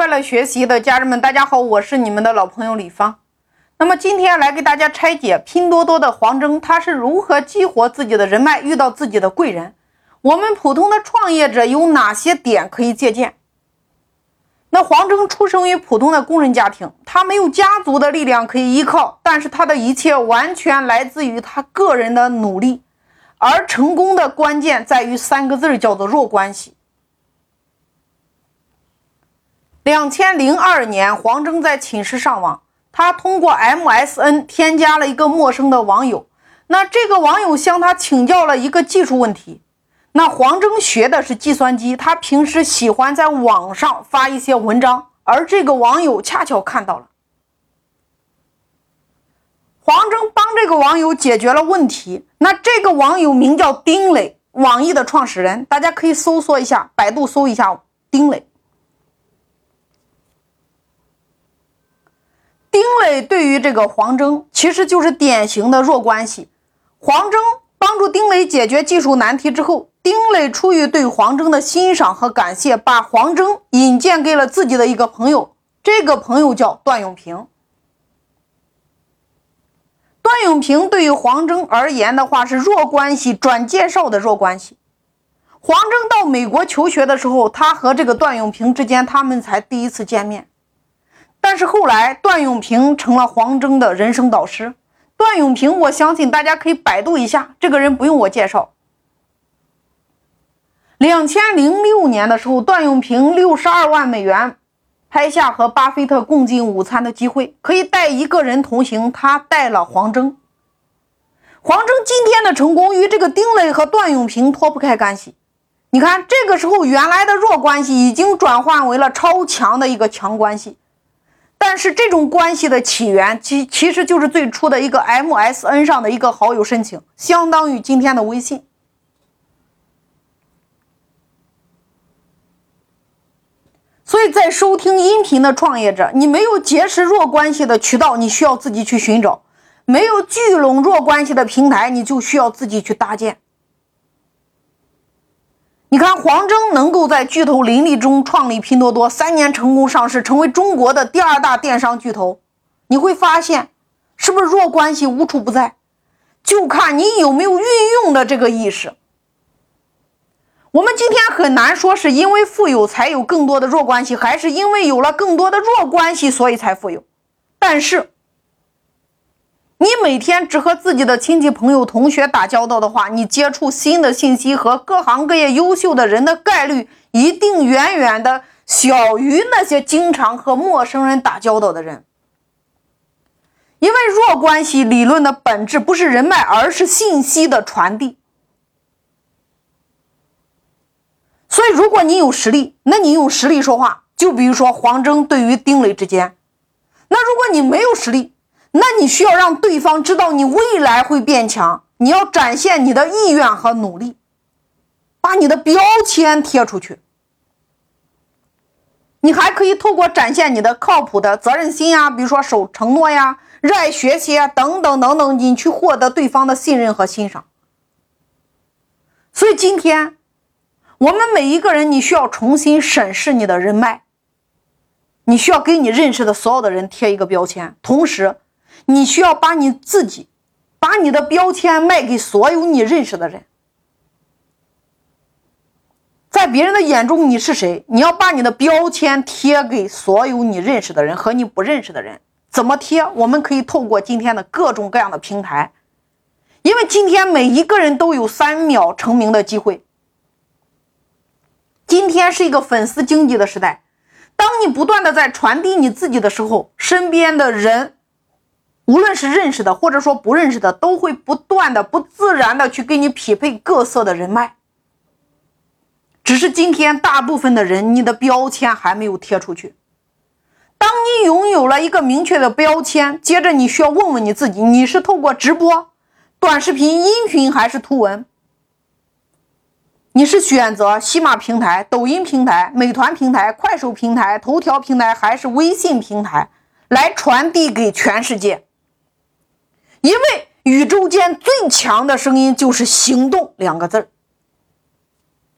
乐学习的家人们，大家好，我是你们的老朋友李芳。那么今天来给大家拆解拼多多的黄峥，他是如何激活自己的人脉，遇到自己的贵人。我们普通的创业者有哪些点可以借鉴？那黄峥出生于普通的工人家庭，他没有家族的力量可以依靠，但是他的一切完全来自于他个人的努力，而成功的关键在于3个字，叫做弱关系。2002年，黄峥在寝室上网，他通过 MSN 添加了一个陌生的网友。那这个网友向他请教了一个技术问题。那黄峥学的是计算机，他平时喜欢在网上发一些文章，而这个网友恰巧看到了。黄峥帮这个网友解决了问题。那这个网友名叫丁磊，网易的创始人，大家可以搜索一下，百度搜一下丁磊。丁磊对于这个黄峥其实就是典型的弱关系。黄峥帮助丁磊解决技术难题之后，丁磊出于对黄峥的欣赏和感谢，把黄峥引荐给了自己的一个朋友，这个朋友叫段永平。段永平对于黄峥而言的话是弱关系转介绍的弱关系。黄峥到美国求学的时候，他和这个段永平之间他们才第一次见面。但是后来段永平成了黄峥的人生导师。段永平我相信大家可以百度一下，这个人不用我介绍。2006年的时候，段永平62万美元拍下和巴菲特共进午餐的机会，可以带一个人同行，他带了黄峥。黄峥今天的成功与这个丁磊和段永平脱不开干系。你看这个时候原来的弱关系已经转换为了超强的一个强关系。但是这种关系的起源其实就是最初的一个 MSN 上的一个好友申请，相当于今天的微信。所以在收听音频的创业者，你没有结识弱关系的渠道，你需要自己去寻找；没有聚拢弱关系的平台，你就需要自己去搭建。你看黄峥能够在巨头林立中创立拼多多，3年成功上市，成为中国的第2大电商巨头，你会发现是不是弱关系无处不在，就看你有没有运用的这个意识。我们今天很难说是因为富有才有更多的弱关系，还是因为有了更多的弱关系所以才富有。但是你每天只和自己的亲戚朋友同学打交道的话，你接触新的信息和各行各业优秀的人的概率一定远远的小于那些经常和陌生人打交道的人。因为弱关系理论的本质不是人脉，而是信息的传递。所以如果你有实力，那你用实力说话，就比如说黄峥对于丁磊之间。那如果你没有实力，那你需要让对方知道你未来会变强，你要展现你的意愿和努力，把你的标签贴出去。你还可以透过展现你的靠谱的责任心呀，比如说守承诺呀，热爱学习啊，等等等等，你去获得对方的信任和欣赏。所以今天我们每一个人，你需要重新审视你的人脉，你需要给你认识的所有的人贴一个标签，同时你需要把你自己，把你的标签卖给所有你认识的人。在别人的眼中你是谁？你要把你的标签贴给所有你认识的人和你不认识的人。怎么贴？我们可以透过今天的各种各样的平台，因为今天每一个人都有3秒成名的机会。今天是一个粉丝经济的时代，当你不断的在传递你自己的时候，身边的人无论是认识的或者说不认识的，都会不断的不自然的去给你匹配各色的人脉。只是今天大部分的人，你的标签还没有贴出去。当你拥有了一个明确的标签，接着你需要问问你自己，你是透过直播、短视频、音频还是图文？你是选择喜马平台、抖音平台、美团平台、快手平台、头条平台还是微信平台来传递给全世界？因为宇宙间最强的声音就是行动2个字。